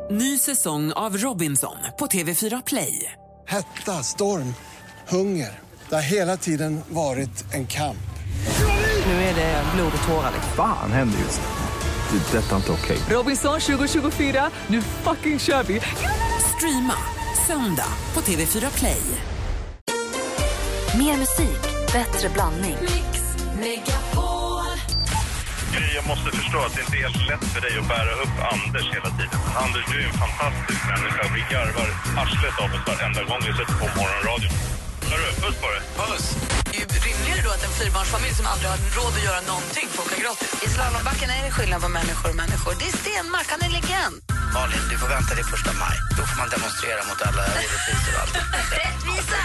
Ny säsong av Robinson på TV4 Play. Hetta, storm, hunger. Det har hela tiden varit en kamp. Nu är det blod och tårar. Fan händer just det. Det är detta inte okej. Robinson 2024, nu fucking kör vi. Streama söndag på TV4 Play. Mer musik, bättre blandning. Mix Megapol. Jag måste förstå att det inte är helt lätt för dig att bära upp Anders hela tiden. Anders, du är en fantastisk människa. Vi garvar arslet av oss varenda gång vi sätter på morgonradion. Hörru, puss på dig. Puss! Det är ju rimligare då att en fyrbarnsfamilj som aldrig har råd att göra någonting får åka gratis. I slalombacken är det skillnad på människor och människor. Det är Stenmark, han är legend. Malin, du får vänta till 1 maj. Då får man demonstrera mot alla orättvisor och allt. Rättvisa!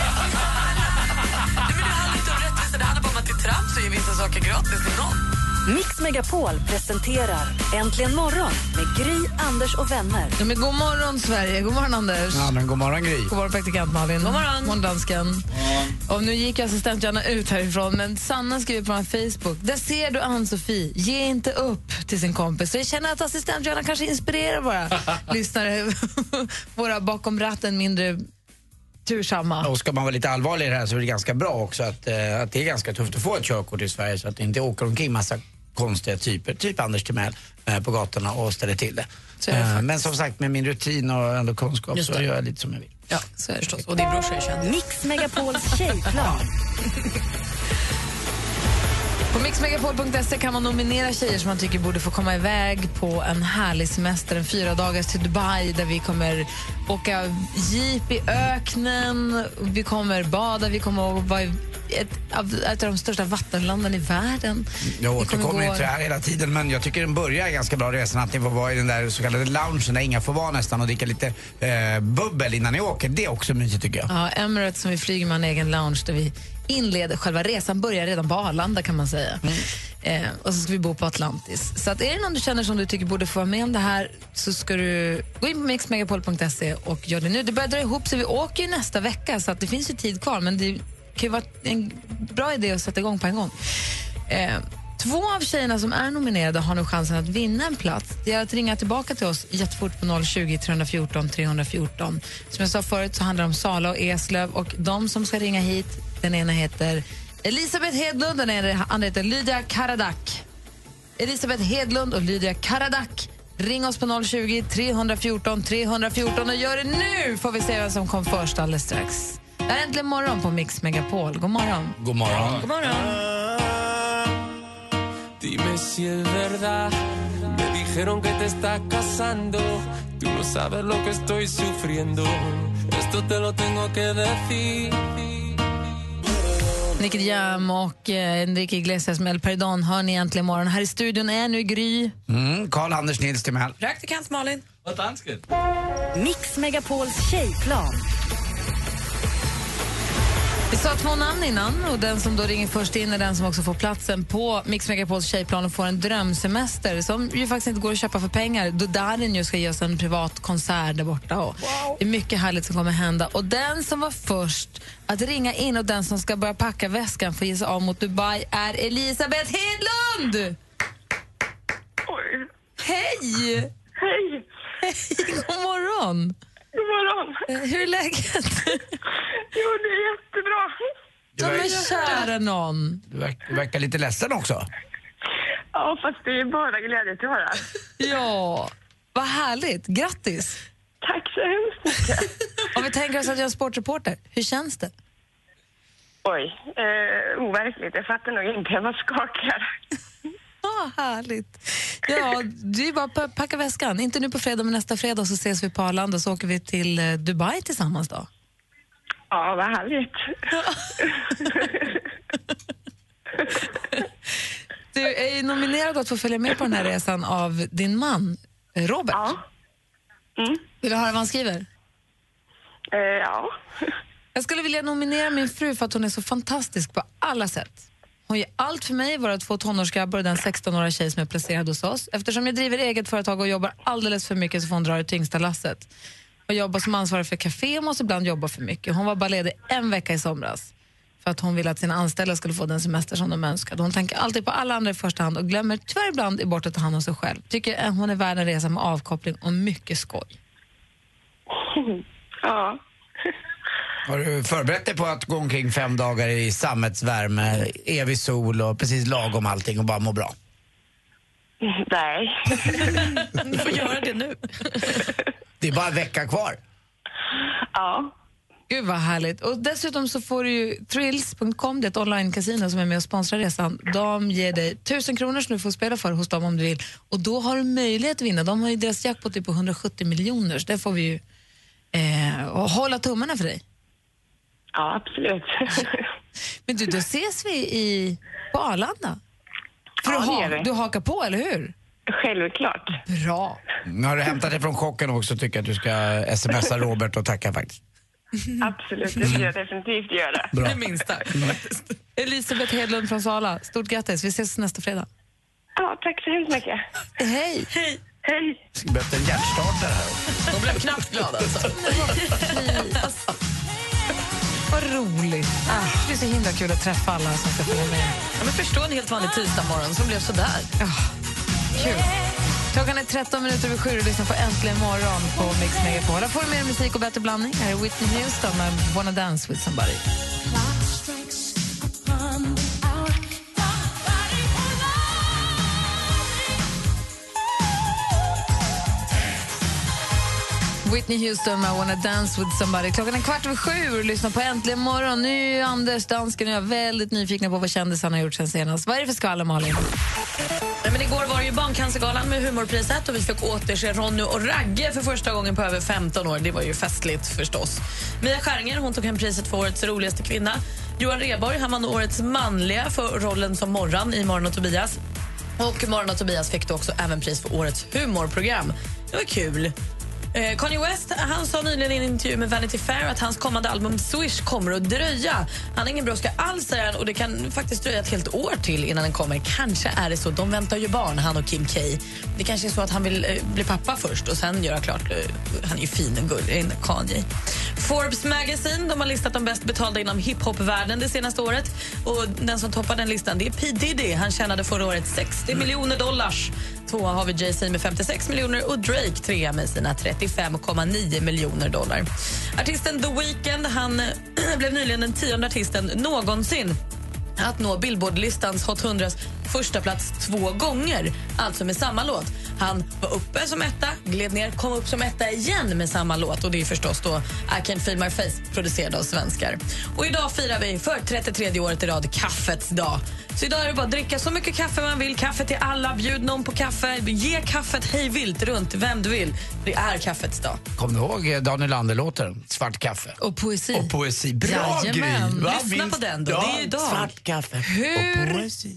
Men det handlar inte om rättvisa, det handlar bara om att det är trams och ger vissa saker gratis till någon. Mix Megapol presenterar Äntligen morgon med Gry, Anders och vänner. Ja, men god morgon Sverige, god morgon Anders. Ja, men god morgon Gry. God morgon praktikant Malin. God morgon. Morgon dansken. Och nu gick assistent Johanna ut härifrån, men Sanna skriver på Facebook: där ser du Ann-Sofie, ge inte upp till sin kompis. Så jag känner att assistent Johanna kanske inspirerar våra lyssnare, våra bakom ratten mindre tursamma. Och ska man vara lite allvarlig i det här så är det ganska bra också att det är ganska tufft att få ett körkort i Sverige så att det inte åker omkring massa konstiga typer, typ Anders Timell på gatorna och ställer till det. Men som sagt, med min rutin och ändå kunskap så gör jag lite som jag vill. Ja, så är det förstås. Och det är brorsor jag känner. Mix Megapols tjejplan. På mixmegapol.se kan man nominera tjejer som man tycker borde få komma iväg på en härlig semester, en 4 dagars till Dubai, där vi kommer åka jeep i öknen, vi kommer bada, vi kommer att vara ett av de största vattenlanden i världen. Jag återkommer inte här hela tiden, men jag tycker den börjar ganska bra resan, att ni får vara i den där så kallade loungen där inga får vara nästan och dricka lite bubbel innan ni åker. Det är också mysigt tycker jag. Ja, Emirates som vi flyger med en egen lounge där vi inleder, själva resan börjar redan på Arlanda kan man säga. Och så ska vi bo på Atlantis. Så att är det någon du känner som du tycker borde få vara med om det här, så ska du gå in på mixmegapol.se och gör det nu. Det börjar dra ihop så vi åker ju nästa vecka, så att det finns ju tid kvar, men det kan ju vara en bra idé att sätta igång på en gång. 2 av tjejerna som är nominerade har nu chansen att vinna en plats. Det är att ringa tillbaka till oss jättefort på 020 314 314. Som jag sa förut så handlar det om Sala och Eslöv, och de som ska ringa hit, den ena heter Elisabeth Hedlund, den andra heter Lydia Karadak. Elisabeth Hedlund och Lydia Karadak. Ring oss på 020 314 314 och gör det nu, får vi se vem som kom först alldeles strax. Det är äntligen morgon på Mix Megapol. God morgon. God morgon. God morgon. Dime si es verdad. Me dijeron que te estás casando. Tú no sabes lo que estoy sufriendo. Esto te lo tengo que decir. Nicky Jam och Enrique Iglesias med El Perdón hör ni äntligen morgon. Här i studion är nu Gry. Karl Anders Nils Timell. Praktikant Malin. Och dansken. Mix Megapols tjejplan. Vi sa 2 namn innan, och den som då ringer först in är den som också får platsen på Mix Megapols tjejplan och får en drömsemester som ju faktiskt inte går att köpa för pengar. Då Darin ska ge oss en privat konsert där borta. Och det är mycket härligt som kommer hända. Och den som var först att ringa in och den som ska börja packa väskan för att ge sig av mot Dubai är Elisabeth Hedlund! Oj. Hej! Hej! Hej, god morgon! God morgon. Hur är läget? Jo, det är jättebra. Ja, men kära någon. Du verkar lite ledsen också. Ja, fast det är bara glädje till höra. Ja, vad härligt. Grattis. Tack så hemskt mycket. Om vi tänker oss att jag är sportreporter, hur känns det? Oj, overkligt. Jag fattar nog inte. Jag var skakad. Ja, härligt. Ja, det är bara att packa väskan. Inte nu på fredag, men nästa fredag så ses vi på Arlanda och så åker vi till Dubai tillsammans då. Ja, vad härligt. Du är nominerad att få följa med på den här resan av din man, Robert. Ja. Vill du höra vad han skriver? Ja. Jag skulle vilja nominera min fru för att hon är så fantastisk på alla sätt. Hon gör allt för mig, våra 2 tonårsgrabbar och den 16-åriga tjej som är placerad hos oss. Eftersom jag driver eget företag och jobbar alldeles för mycket så får hon dra det tyngsta lasset. Jag jobbar som ansvarig för café och måste ibland jobba för mycket. Hon var bara ledig 1 vecka i somras. för att hon vill att sina anställda skulle få den semester som de önskade. Hon tänker alltid på alla andra i första hand och glömmer tyvärr ibland bort att ta hand om sig själv. Tycker hon är värd en resa med avkoppling och mycket skoj. Ja. Har du förberett dig på att gå omkring 5 dagar i sammetsvärme, evig sol och precis lagom allting och bara må bra? Nej. Du får göra det nu. Det är bara en vecka kvar. Ja. Gud vad härligt. Och dessutom så får du ju Thrills.com, det är ett online-casino som är med och sponsrar resan. De ger dig 1000 kronor som du får spela för hos dem om du vill. Och då har du möjlighet att vinna. De har ju deras jackpot på 170 miljoner, så det får vi ju hålla tummarna för dig. Ja, absolut. Men du, då ses vi på Arlanda. För du hakar på, eller hur? Självklart. Bra. Har du hämtat dig från chocken också, tycker jag att du ska smsa Robert och tacka faktiskt. Absolut, det ska jag definitivt göra. Bra. Det minsta. Elisabeth Hedlund från Sala, stort grattis. Vi ses nästa fredag. Ja, tack så hemskt mycket. Hej. Hej. Hej. Jag ska behövt en hjärtstartare här. De blev knappt glada alltså. Vad roligt. Det är så himla kul att träffa alla som ska följa med. Ja, men förstå en helt vanlig tisdag morgon som blev så där. Kul. Klockan är 13 minuter över 7 och lyssnar på Äntligen morgon på Mix Megapol. Där får du mer musik och bättre blandning. Här är Whitney Houston med Wanna Dance with Somebody. Whitney Houston med Wanna Dance with Somebody. Klockan är 6:15 och lyssnar på Äntligen morgon. Nu är Anders, dansken och jag väldigt nyfikna på vad kändisarna har gjort sen senast. Vad är det för skvaller, Malin? Men igår var det ju Barncancergalan med humorpriset och vi fick återse Ronny och Ragge för första gången på över 15 år. Det var ju festligt förstås. Mia Skäringer, hon tog hem priset för årets roligaste kvinna. Johan Rheborg, han vann årets manliga för rollen som Morran i Morran och Tobias. Och Morran och Tobias fick då också även pris för årets humorprogram. Det var kul. Kanye West, han sa nyligen i en intervju med Vanity Fair att hans kommande album Swish kommer att dröja. Han har ingen brådska alls, säger han, och det kan faktiskt dröja ett helt år till innan den kommer. Kanske är det så. De väntar ju barn, han och Kim K. Det kanske är så att han vill bli pappa först och sen göra klart. Han är ju fin och gullig, Kanye. Forbes Magazine, de har listat de bäst betalda inom hiphop-världen det senaste året. Och den som toppar den listan, det är P. Diddy. Han tjänade förra året $60 miljoner. Tvåa har vi Jay-Z med 56 miljoner och Drake trea med sina 35,9 miljoner dollar. Artisten The Weeknd, han blev nyligen den 10:e artisten någonsin att nå Billboard-listans Hot 100s första plats 2 gånger, alltså med samma låt. Han var uppe som etta, gled ner, kom upp som etta igen med samma låt, och det är förstås då I Can't Feel My Face, producerad av svenskar. Och idag firar vi för 33:e året i rad kaffets dag. Så idag är det bara att dricka så mycket kaffe man vill, kaffe till alla, bjud någon på kaffe, ge kaffet hej vilt runt vem du vill. Det är kaffets dag. Kom du ihåg Daniel Lander-låten? Svart kaffe. Och poesi. Och poesi. Bra grej! Lyssna på den då, det är idag. Svart kaffe och poesi.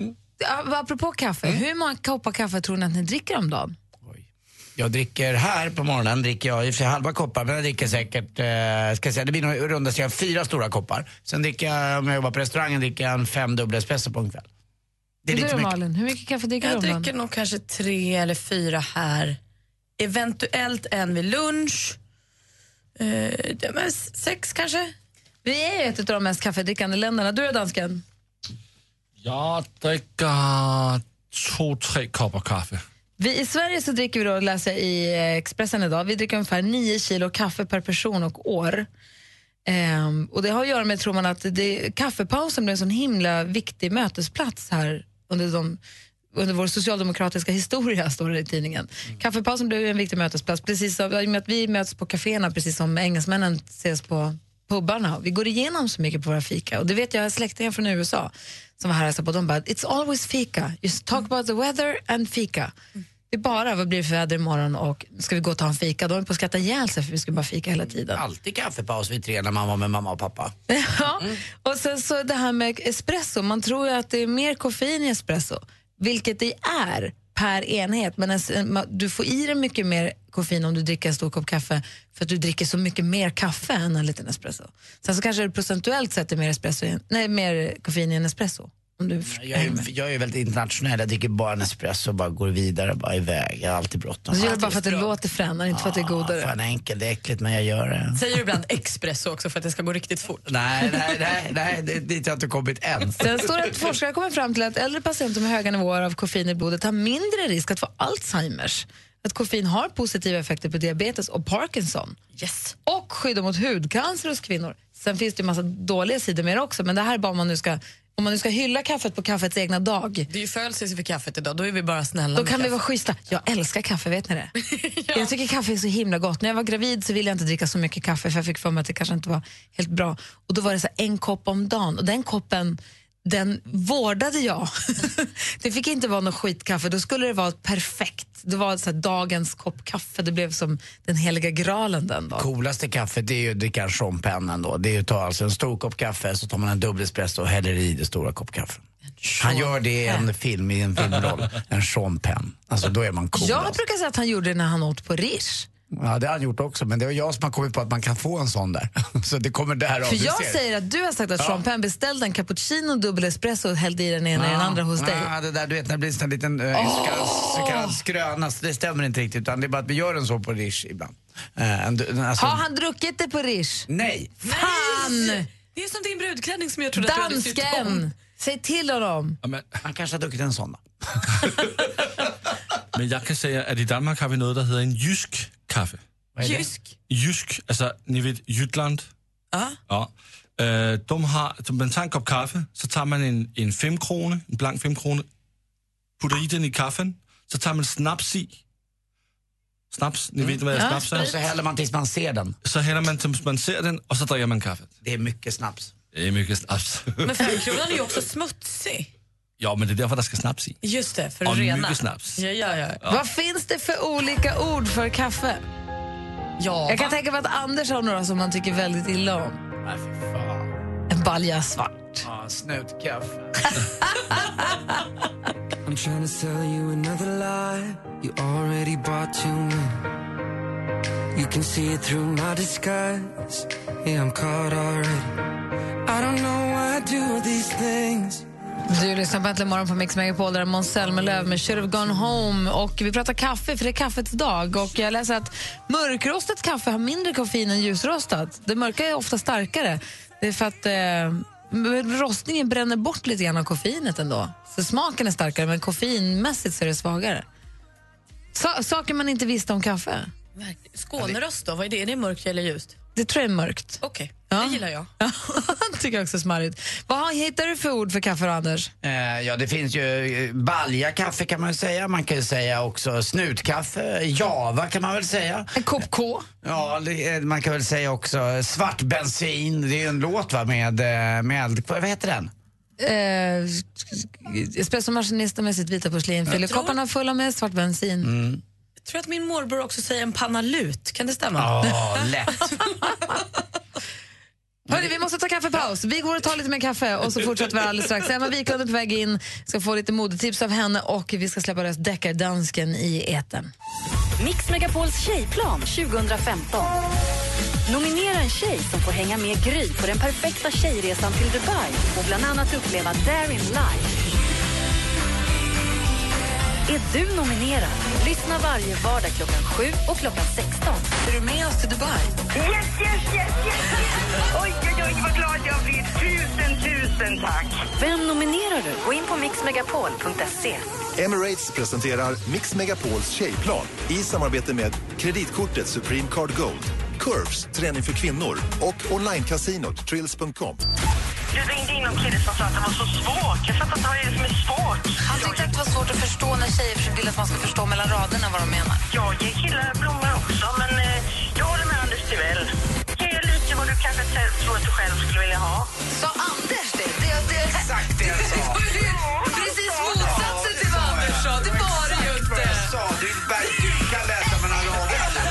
Apropå kaffe, hur många koppar kaffe tror ni att ni dricker om dagen? Jag dricker här på morgonen, dricker jag i och för sig halva koppar, men jag dricker säkert, ska jag säga, det blir nog runda sig 4 stora koppar. Sen dricker jag, om jag jobbar på restaurangen, dricker jag en 5 dubbla espresso på en kväll. Det är lite mycket. Malin, hur mycket kaffe dricker du om dagen? Jag dricker nog kanske 3 eller 4 här. Eventuellt en vid lunch. 6 kanske. Vi är ett av de mest kaffedrickande länderna. Du är dansken? Jag dricker 2-3 koppar kaffe. Vi i Sverige så dricker vi då, läser i Expressen idag, vi dricker ungefär 9 kilo kaffe per person och år. Och det har att göra med, tror man, att kaffepausen blev en sån himla viktig mötesplats här under vår socialdemokratiska historia, står det i tidningen. Kaffepausen blev en viktig mötesplats, precis som i och med att vi möts på kaféerna, precis som engelsmännen ses på pubbarna. Vi går igenom så mycket på våra fika. Och det vet jag, släktingar från USA som var här och sa på, de bara, it's always fika. Just talk about the weather and fika. Det är bara, vad blir det för väder imorgon och ska vi gå och ta en fika? De är på att skratta ihjäl sig för vi ska bara fika hela tiden. Alltid kaffepaus vid 3 när man var med mamma och pappa. Ja, och sen så det här med espresso. Man tror ju att det är mer koffein i espresso, vilket det är per enhet. Men du får i dig mycket mer koffein om du dricker en stor kopp kaffe, för att du dricker så mycket mer kaffe än en liten espresso. Sen så kanske det procentuellt sett är mer koffein i en espresso. Jag är väldigt internationell. Jag dricker bara en espresso och bara går vidare, bara iväg. Jag har alltid bråttom. Du gör det bara för att det låter fränare, inte för att det är godare. Fan enkelt, det är äckligt, men jag gör det. Säger du ibland espresso också för att det ska gå riktigt fort? Nej, dit har jag inte kommit än. Sen står det att forskare kommer fram till att äldre patienter med höga nivåer av koffein i blodet har mindre risk att få Alzheimers. Att koffein har positiva effekter på diabetes och Parkinson. Yes. Och skyddar mot hudcancer hos kvinnor. Sen finns det en massa dåliga sidor med det också, men det här är bara om man nu ska hylla kaffet på kaffets egna dag. Det är ju födelse för kaffet idag, då är vi bara snälla. Då kan vi vara schyssta. Jag älskar kaffe, vet ni det? Ja. Jag tycker kaffe är så himla gott. När jag var gravid så ville jag inte dricka så mycket kaffe, för jag fick för mig att det kanske inte var helt bra. Och då var det så en kopp om dagen, och den koppen, den vårdade jag. Det fick inte vara något skitkaffe, då skulle det vara perfekt. Det var så här, dagens kopp kaffe, det blev som den heliga graalen den dagen. Coolaste kaffet, det är ju att dricka en champagne då. Det är ju att ta alltså en stor kopp kaffe, så tar man en dubbel espresso och häller i det stora kopp kaffe. Han gör det i en film, i en filmroll. En champagne. Alltså då är man cool. Jag brukar säga att han gjorde det när han åt på Rish. Ja, det har han gjort också, men det var jag som har kommit på att man kan få en sån där. Så det kommer därav. För jag säger att du har sagt att champagne beställde en cappuccino, dubbel espresso och hällde i den ena i den andra hos dig. Ja, det där, du vet, när det blir en liten så kallad skröna, det stämmer inte riktigt, utan det är bara att vi gör en så på Rish ibland. Har han druckit det på Rish? Nej. Fan! Det är som din brudklänning som jag trodde att du hade sytt om. Dansken! Säg till honom. Ja, men, han kanske har druckit en sån då. Men jag kan säga att i Danmark har vi något som heter en jysk kaffe. Jysk, alltså ni vet Jytland. Ja. Man tar en kopp kaffe, så tar man en 5 kronor, en blank 5 kronor, puttar i den i kaffen, så tar man snaps i. Snaps, ni vet vad snaps är? Och så häller man tills man ser den. Så häller man tills man ser den, och så dricker man kaffet. Det är mycket snaps. Det är mycket snaps. Men 5-kronan är ju också smutsig. Ja, men det är därför det ska snaps i. Just det, för att rena. Mycket snaps. Ja. Vad finns det för olika ord för kaffe? Ja. Jag kan tänka mig att Anders har några som man tycker väldigt illa om. Nej, för fan. En balja svart. Ja, snutkaffe. I'm trying to sell you another lie. You already bought too many. You can see it through my disguise. Yeah, I'm caught already. I don't know why I do these things. Du lyssnar på Äntligen morgon på Mix Megapol, där Måns Zelmerlöw med Should have gone home. Och vi pratar kaffe, för det är kaffets dag. Och jag läser att mörkrostat kaffe har mindre koffein än ljusrostat. Det mörka är ofta starkare. Det är för att rostningen bränner bort lite grann av koffeinet ändå. Så smaken är starkare, men koffeinmässigt så är det svagare. Saker man inte visste om kaffe. Skånerost då, vad är det? Är det mörkt eller ljust? Det tror jag är mörkt. Okej, det gillar jag. Tycker jag också är smarrigt. Vad hittar du för ord för kaffe, Anders? Ja, det finns ju balja kaffe kan man säga. Man kan ju säga också snutkaffe, java kan man väl säga. En kopp K? Ja, man kan väl säga också svart bensin. Det är ju en låt va, med vad heter den? Espressomaskinisten med sitt vita porslin fyller kopparna fulla med svart bensin. Jag tror att min morbror också säger en panalut. Kan det stämma? Ja, lätt. Hörrni, vi måste ta kaffepaus. Vi går och tar lite mer kaffe och så fortsätter vi alldeles strax. Emma Wiklund är på väg in, ska få lite modetips av henne och vi ska släppa lös deckardansken i etern. Mix Megapols tjejplan 2015. Nominera en tjej som får hänga med Gry på den perfekta tjejresan till Dubai och bland annat uppleva Darin live. Är du nominerad? Lyssna varje vardag klockan 7 och klockan 16. Är du med oss till Dubai? Yes! Oj, vad glad jag blir. Tusen tack. Vem nominerar du? Gå in på mixmegapol.se. Emirates presenterar Mix Megapols tjejplan i samarbete med kreditkortet Supreme Card Gold, Curves, träning för kvinnor och onlinekasinot Trills.com. Du ringde in om killen som sa att det var så svårt. Jag fattar inte vad det är som är svårt. Han tyckte att det var svårt att förstå när tjejer vill att man ska förstå mellan raderna vad de menar. Jag ger killar blommor också, men jag håller med Anders Tivell. Ge lite vad du kanske tror att du själv skulle vilja ha. Så Anders det är exakt det jag sa. Precis motsatsen till vad Anders sa. Det var det ju inte. Jag sa, du kan läsa mellan raderna.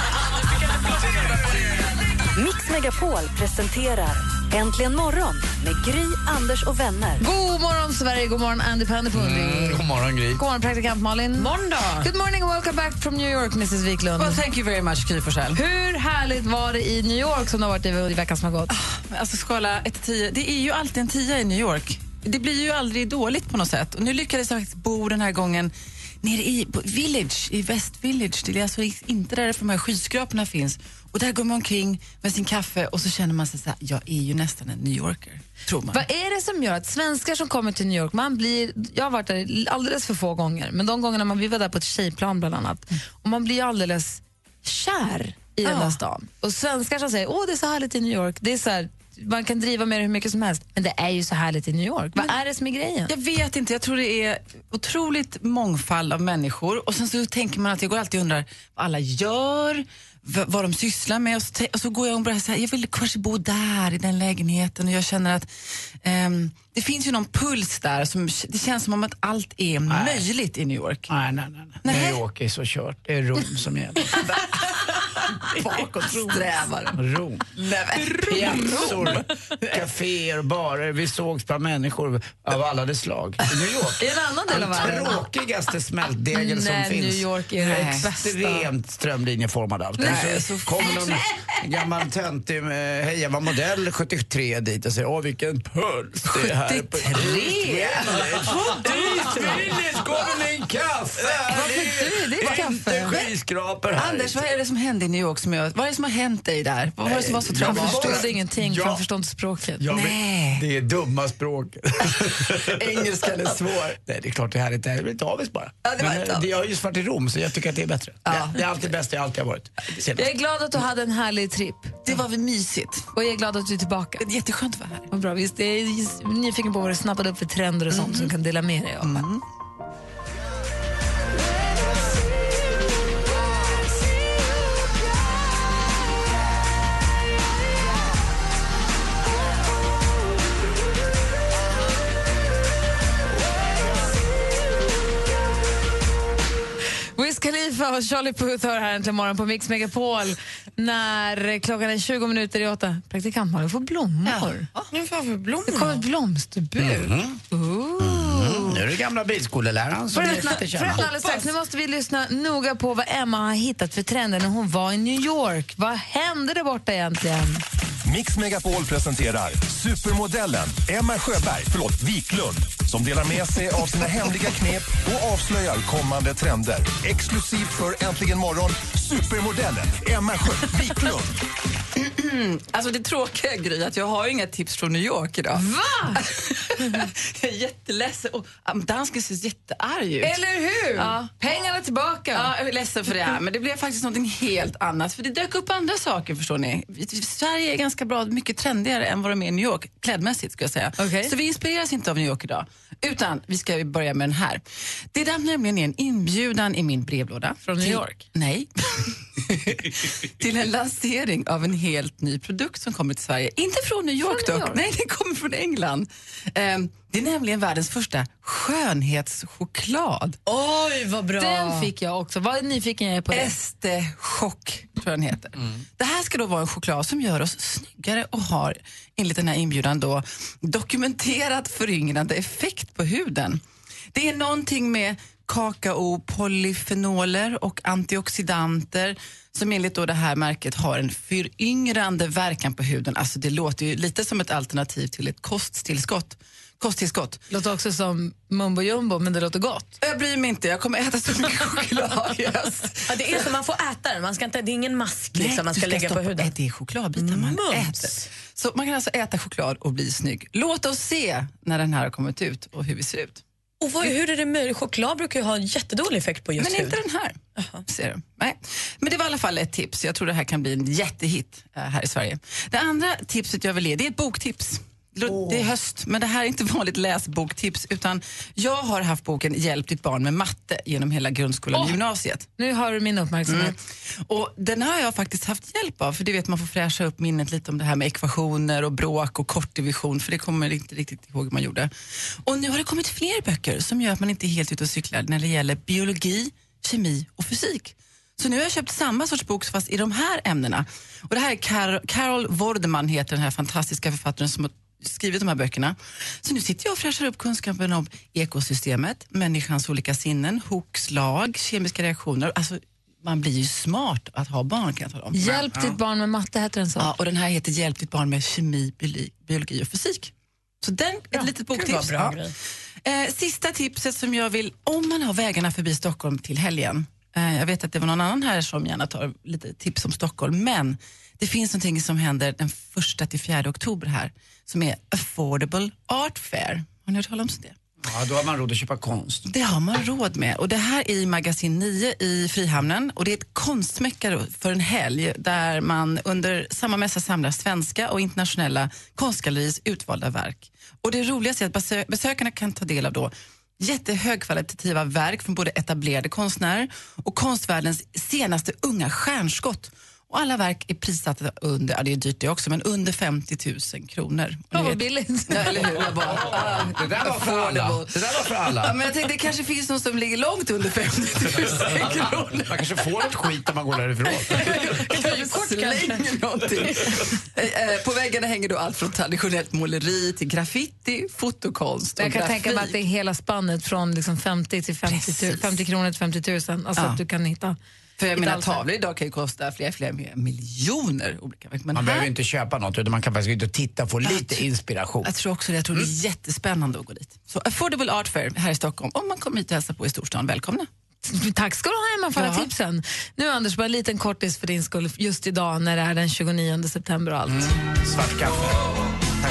Mix Megapol presenterar Äntligen morgon med Gry, Anders och vänner. God morgon Sverige, god morgon Andy Pandepundi. God morgon Gry. God morgon praktikant Malin. Måndag. Good morning and welcome back from New York, Mrs. Wiklund. Well, thank you very much, Gry Forssell. Hur härligt var det i New York som det har varit i veckan som har gått? Alltså skala 1-10, det är ju alltid en 10 i New York. det blir ju aldrig dåligt på något sätt. Och nu lyckades jag faktiskt bo den här gången nere i Village, i West Village. Det är alltså inte där de här skyskraporna finns. Och där går man omkring med sin kaffe och så känner man sig så här, jag är ju nästan en New Yorker, tror man. Vad är det som gör att svenskar som kommer till New York, jag har varit där alldeles för få gånger, men de gångerna vi var där på ett tjejplan bland annat, och man blir alldeles kär i den där stan. Och svenskar som säger, det är så härligt i New York, det är så här, man kan driva med det hur mycket som helst, men det är ju så härligt i New York. Vad är det som är grejen? Jag vet inte, jag tror det är otroligt mångfald av människor. Och sen så tänker man att jag går alltid och undrar vad alla gör, vad de sysslar med. Och så går jag och bara så här, jag vill kanske bo där i den lägenheten. Och jag känner att det finns ju någon puls där. Det känns som om att allt är möjligt i New York. Nej. New York är så kört. Det är Rom som gäller. Bakåtsträvare. Rom. Piazzor, kaféer, barer. Vi sågs bland människor av alla dess slag. I New York. Det är en annan del av världen. Den tråkigaste smältdegen som finns. New York är det extremt strömlinjeformad allt. Så kommer någon gammal töntig med hej, jag var modell 73 dit och säger, vilken puls det är här. 73? Går du en kaffe? Det är kaffe. Skyskrapor här. Anders, vad är det som hände i New York? Vad är det som har hänt dig där? Vad var det som var så Han tråkigt? förstod ingenting, för han förstod inte språket. Ja, Nej. Det är dumma språk. Engelskan är svår. Nej, det är klart det här inte är. Det är inte avis bara. Ja, men jag har just varit i Rom, så jag tycker att det är bättre. Ja. Det är alltid bäst, jag alltid har varit. Jag är glad att du hade en härlig tripp. Det var väl mysigt. Och jag är glad att du är tillbaka. Det är jätteskönt att vara här. Vad bra, visst. Jag är nyfiken på vad du snappade upp för trender och sånt som du kan dela med dig av. Wiz Khalifa och Charlie Puth hör här äntligen morgon på Mix Megapol när klockan är 20 minuter i 8. Praktikant Malin får blommor. Nu får vi blommor. Det kommer ett blomsterbud. Nu är det gamla bilskoleläraren som Förresten alldeles strax, nu måste vi lyssna noga på vad Emma har hittat för trender när hon var i New York. Vad hände där borta egentligen? Mix Megapol presenterar supermodellen Emma Wiklund som delar med sig av sina hemliga knep och avslöjar kommande trender. Exklusivt för Äntligen morgon, supermodellen Emma Wiklund. Alltså det tråkiga är, Gry, att jag har inga tips från New York idag. Va? Jag är jätteledsen. Och dansken ser jättearg ut. Eller hur? Ja. Pengarna tillbaka. Ja, jag är ledsen för det här, men det blev faktiskt något helt annat. För det dök upp andra saker, förstår ni. Sverige är ganska bra, mycket trendigare än vad de är i New York, klädmässigt ska jag säga. Okay. Så vi inspireras inte av New York idag. Utan vi ska börja med den här. Det är nämligen en inbjudan i min brevlåda. Från New York? Nej. Till en lansering av en helt ny produkt som kommer till Sverige. Inte från New York dock. Nej, det kommer från England. Det är nämligen världens första skönhetschoklad. Oj, vad bra. Den fick jag också. Vad nyfiken jag är på det. Este-chock tror jag den heter. Det här ska då vara en choklad som gör oss snyggare och har enligt den här inbjudan då dokumenterat föryngrande effekt på huden. Det är någonting med kakao, polyfenoler och antioxidanter som enligt då det här märket har en föryngrande verkan på huden. Alltså det låter ju lite som ett alternativ till ett kosttillskott. Låter också som mumbo jumbo, men det låter gott. Jag bryr mig inte, jag kommer äta så mycket choklad. Yes. Ja, det är så, man får äta den, man ska inte, det är ingen mask liksom, man ska lägga på huden. Det är chokladbitar man äter. Så man kan alltså äta choklad och bli snygg. Låt oss se när den här har kommit ut och hur vi ser ut. Och hur är det möjligt? Choklad brukar ju ha en jättedålig effekt på just men hud. Men inte den här. Ser du? Nej. Men det var i alla fall ett tips. Jag tror det här kan bli en jättehit här i Sverige. Det andra tipset jag vill ge, det är ett boktips. Det är höst, men det här är inte vanligt läsboktips, utan jag har haft boken Hjälp ditt barn med matte genom hela grundskolan och gymnasiet. Nu har du min uppmärksamhet. Och den har jag faktiskt haft hjälp av, för det vet man får fräscha upp minnet lite om det här med ekvationer och bråk och kortdivision, för det kommer jag inte riktigt ihåg hur man gjorde. Och nu har det kommit fler böcker som gör att man inte är helt ute och cyklar när det gäller biologi, kemi och fysik. Så nu har jag köpt samma sorts bok fast i de här ämnena. Och det här är Carol Vorderman heter den här fantastiska författaren som har skrivit de här böckerna. Så nu sitter jag och fräschar upp kunskapen om ekosystemet, människans olika sinnen, Hooks lag, kemiska reaktioner. Alltså, man blir ju smart att ha barn, kan jag tala om. Hjälp ditt barn med matte heter den så. Ja, och den här heter Hjälp ditt barn med kemi, biologi och fysik. Så ett litet boktips. Bra grej. Sista tipset som jag vill, om man har vägarna förbi Stockholm till helgen. Jag vet att det var någon annan här som gärna tar lite tips om Stockholm, men det finns någonting som händer den 1-4 oktober här som är Affordable Art Fair. Har ni hört talas om det? Ja, då har man råd att köpa konst. Det har man råd med. Och det här är i Magasin 9 i Frihamnen. Och det är ett konstmäckare för en helg där man under samma mässa samlar svenska och internationella konstgalleris utvalda verk. Och det roligaste är att besökarna kan ta del av då jättehögkvalitativa verk från både etablerade konstnärer och konstvärldens senaste unga stjärnskott. Och alla verk är prissatta under, det är dyrt det också, men under 50 000 kronor. Ja, vad billigt. Ja, eller hur? Det där var för alla. Det där var för alla. Ja, men jag tänkte, det kanske finns någon som ligger långt under 50 000 kronor. Man kanske får ett skit när man går därifrån. Slänger någonting. På väggarna hänger då allt från traditionellt måleri till graffiti, fotokonst och jag kan grafik. tänka mig att det är hela spannet från liksom 50 till 50 kronor till 50 000. Alltså att du kan hitta. För jag menar, tavlor idag kan ju kosta flera miljoner olika verk. Man behöver inte köpa något, utan man kan faktiskt gå ut och titta och få lite inspiration. Jag tror också det. Jag tror det är jättespännande att gå dit. Så Affordable Art Fair här i Stockholm. Om man kommer hit och hälsa på i storstan, välkomna. Tack ska du ha, Emma, för alla tipsen. Nu, Anders, bara en liten kortis för din skull just idag när det är den 29 september och allt. Svart kaffe. Tack.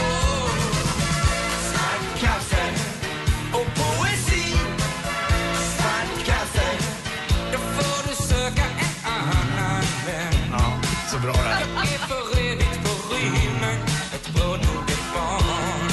Svart kaffe och poesi. Svart kaffe. Då får du söka en annan vän. Ja, så bra det här. Det är för redigt på rymmen. Ett brådmodigt barn.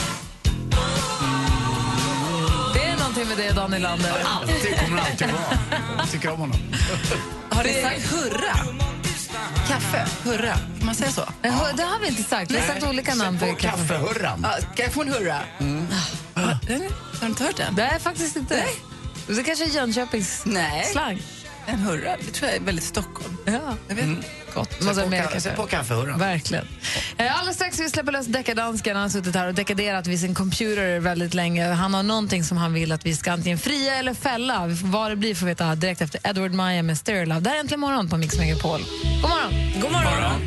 Det är någonting med det, Daniel Lander. Alltid kommer alltid vara. Jag tycker om honom. Har ni sagt hurra? Kaffe, hurra. Kan man säga så? Det har vi inte sagt. Vi har sagt olika namn på kaffehurran. Ja, ska jag få en hurra? Har du inte hört den? Det är faktiskt inte. Nej. Det kanske är Jönköpings slang. En hurra, det tror jag är väldigt Stockholm. Ja, jag vet. Gott. Se på kaffehurran. Verkligen. Alldeles strax vi släpper lös deckardansken. Han har suttit här och dekaderat vid sin computer väldigt länge. Han har någonting som han vill att vi ska antingen fria eller fälla. Vad det blir får vi veta direkt efter Edward Maya med Stereo Love. Där är äntligen morgon på Mix Megapol. God morgon. God morgon.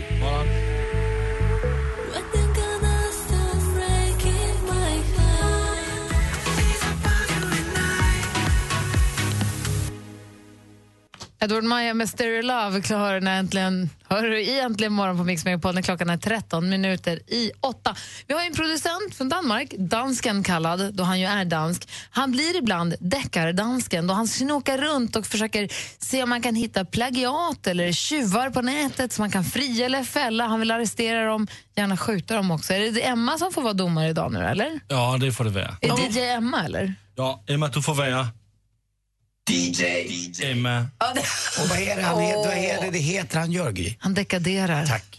Edward Maya med Stereo Love hör du äntligen morgon på Mix Megapol när klockan är 8:13. Vi har en producent från Danmark, dansken kallad, då han ju är dansk. Han blir ibland deckardansken då han snokar runt och försöker se om man kan hitta plagiat eller tjuvar på nätet som man kan fria eller fälla. Han vill arrestera dem, gärna skjuta dem också. Är det Emma som får vara domare idag nu, eller? Ja, det får det vara. Är DJ Emma, eller? Ja, Emma, du får vara DJ Emma. Och vad är det han heter? Vad är det heter han, Jörgi? Han dekaderar. Tack.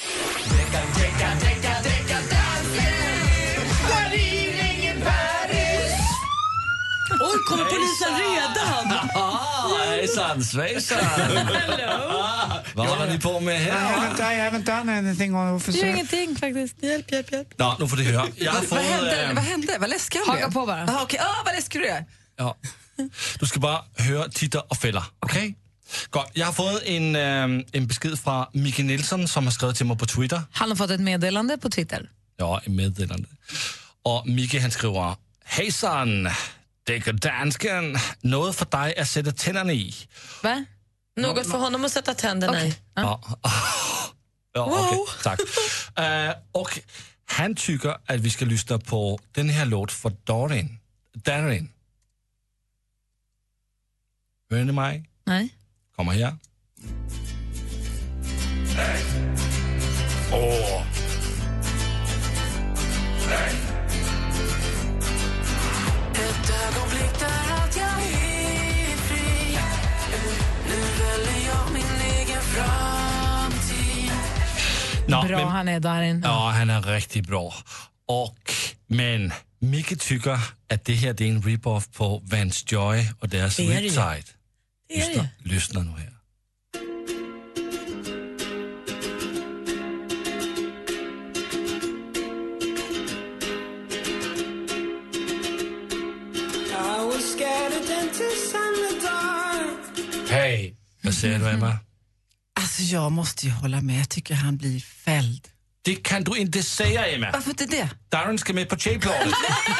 Oj, kommer polisen redan? Hejsan, svejsan. Vad har ni på med här? Jag har inte annat någonting att försöka. Det är ingenting faktiskt. Hjälp. Ja, nu får du höra. Jag har fått, Vad hände? Vad läskig han blev? Haka på bara. Okej. Vad läskig du är. Ja. Du ska bara höra, titta och fälla. Okej? Godt. Jag har fått en besked från Micke Nilsson som har skrivit till mig på Twitter. Han har fått ett meddelande på Twitter. Ja, ett meddelande. Och Micke han skriver: Hejsan, deckardansken. Något för dig att sätta tänderna i. Va? Något för honom att sätta tänderna i. Ja, okej, tack. Och han tycker att vi ska lyssna på den här låt för Darin. Hör ni mig? Nej. Kommer här. Åh. Ett ögonblick där allt jag är fri. Nu väljer jag min egen framtid. Bra, han är Darin. Ja, han är riktigt bra. Men Micke tycker att det här är en rip-off på Vance Joy och deras Riptide. Lyssna nu här. Hej, vad säger du, Emma? Alltså jag måste ju hålla med. Jag tycker han blir fälld. Det kan du inte säga, Emma. Varför inte det? Darren ska med på tjejplanet.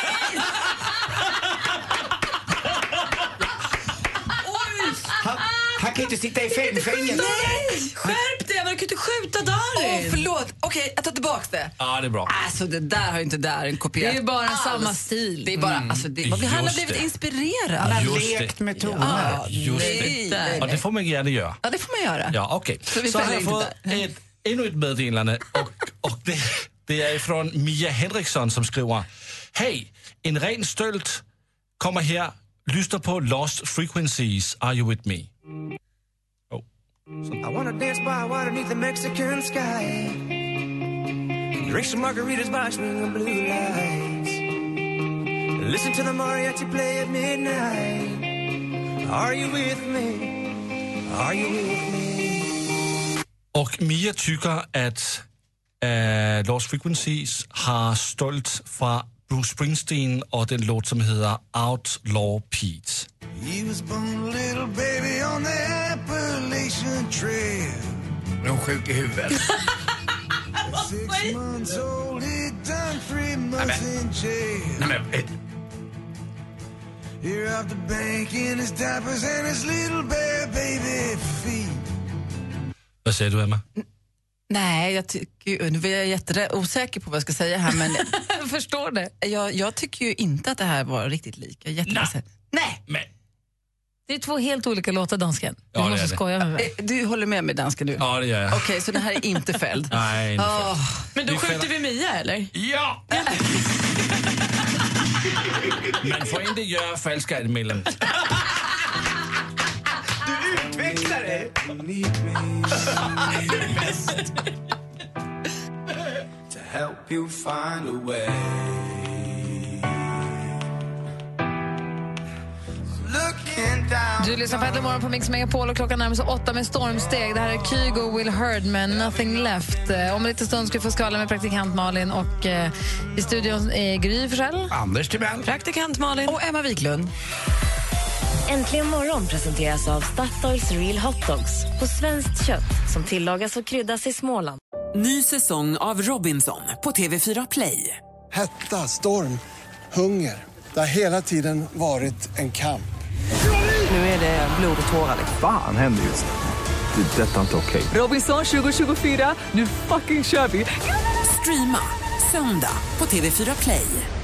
Han kan inte sitta i fängelse. Nej, skärp dig, man kan inte skjuta Darin. Förlåt, okej, jag tar tillbaka det. Ja, det är bra. Alltså det där har inte Darin kopierat. Det är bara samma stil. Det är bara, alltså, han har blivit inspirerad. Han har lekt med toner. Just det. Och det får man gärna göra. Ja, det får man göra. Ja, okej. Så har jag fått ännu ett meddelande och det är från Mia Henriksson som skriver: Hej, en ren stöld kommer här. Lyssna på Lost Frequencies. Are you with me? I wanna dance by water beneath the Mexican sky. Drink some margaritas by swinging blue lights. Listen to the mariachi play at midnight. Are you with me? Are you with me? Och Mia tycker att Lost Frequencies har stolt från Bruce Springsteen och den låt som heter Outlaw Pete. He was born a little baby on the Appalachian Trail. De sjuk i huvudet. 6 months old, he'd done 3 months in jail. Here off the bank in his diapers and his little bare baby feet. Vad säger du, Emma? Nej, jag tycker, nu är jag jätteosäker på vad jag ska säga här, men jag förstår det. Jag tycker ju inte att det här var riktigt lika. Nej. Men. Det är 2 helt olika låtar, dansken. Du Ja, måste skoja med mig. Du håller med dansken du? Ja, det gör jag. Okej, så det här är inte fälld. Nej, inte fälld. Men då skjuter vi Mia, eller? Ja! Man får inte göra falska anmälningar. Du utvecklar det. To help you find a way. Du lyssnar på Äntligen morgon på Mix Megapol och klockan närmar sig 8 med stormsteg. Det här är Kygo och Will Hurd med Nothing Left. Om en liten stund ska vi få skvallra med praktikant Malin och i studion är Gry Forssell, Anders Timell, praktikant Malin och Emma Wiklund. Äntligen morgon presenteras av Statoils Real Hot Dogs på svenskt kött som tillagas och kryddas i Småland. Ny säsong av Robinson på TV4 Play. Hetta, storm, hunger. Det har hela tiden varit en kamp. Nu är det blod och tårar. Fan händer just det. Det är detta inte okej. Robinson 2024, nu fucking kör vi. Streama söndag på TV4 Play.